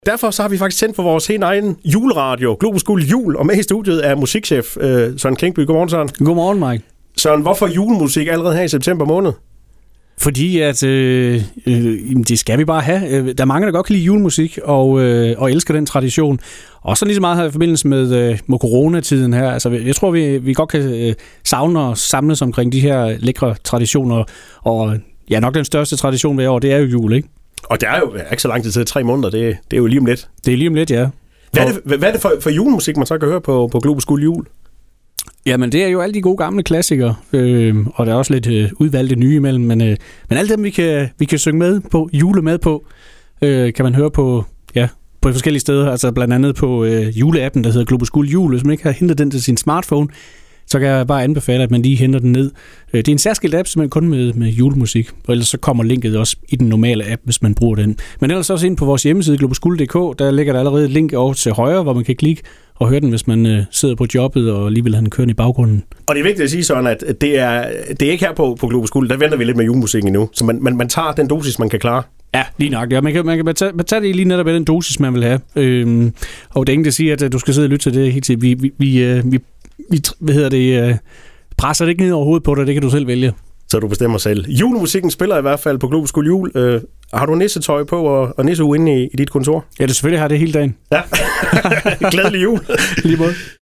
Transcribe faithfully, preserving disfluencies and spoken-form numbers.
Derfor så har vi faktisk sendt for vores helt egen juleradio, Globus Guld Jul, og med i studiet er musikchef øh, Søren Klinkby. Godmorgen, Søren. Godmorgen, Mike. Søren, hvorfor julemusik allerede her i september måned? Fordi at øh, øh, det skal vi bare have. Der er mange, der godt kan lide julemusik og, øh, og elsker den tradition. Også lige så meget her i forbindelse med, øh, med coronatiden her. Altså, jeg tror, vi, vi godt kan øh, savne og samles omkring de her lækre traditioner. Og ja, nok den største tradition ved år, det er jo jul, ikke? Og det er jo ikke så lang tid til, tre måneder. Det, det er jo lige om lidt. Det er lige om lidt, ja. Hvad er det, hvad er det for, for julemusik, man så kan høre på, på Globus Guld Jul? Jamen, det er jo alle de gode gamle klassikere, øh, og der er også lidt øh, udvalgte nye imellem, men, øh, men alle dem, vi kan, vi kan synge med på, jule med på, øh, kan man høre på, ja, på de forskellige steder, altså blandt andet på øh, juleappen, der hedder Globus Guld Jul. Hvis man ikke har hentet den til sin smartphone, så kan jeg bare anbefale, at man lige henter den ned. Det er en særskilt app, simpelthen kun med, med julemusik, og ellers så kommer linket også i den normale app, hvis man bruger den. Men ellers også ind på vores hjemmeside, globus guld punktum d k, der ligger der allerede et link over til højre, hvor man kan klikke og høre den, hvis man øh, sidder på jobbet og lige vil have den kørende i baggrunden. Og det er vigtigt at sige sådan, at det er, det er ikke her på, på Globus Guld, der venter vi lidt med julemusikken endnu, så man, man, man tager den dosis, man kan klare. Ja, lige nok. Ja, man kan, man kan tage, man tage det lige netop af den dosis, man vil have. Øhm, og det er ingen, der siger, at du skal sidde og lytte til det helt til. Vi, vi, vi, vi, vi hvad hedder det, øh, presser det ikke ned over hovedet på dig, det kan du selv vælge. Så du bestemmer selv. Julemusikken spiller i hvert fald på Globus Guld Jul. Øh, har du nissetøj på og, og nissehue inde i, i dit kontor? Ja, det selvfølgelig har det hele dagen. Ja. Glædelig jul. Lige måde.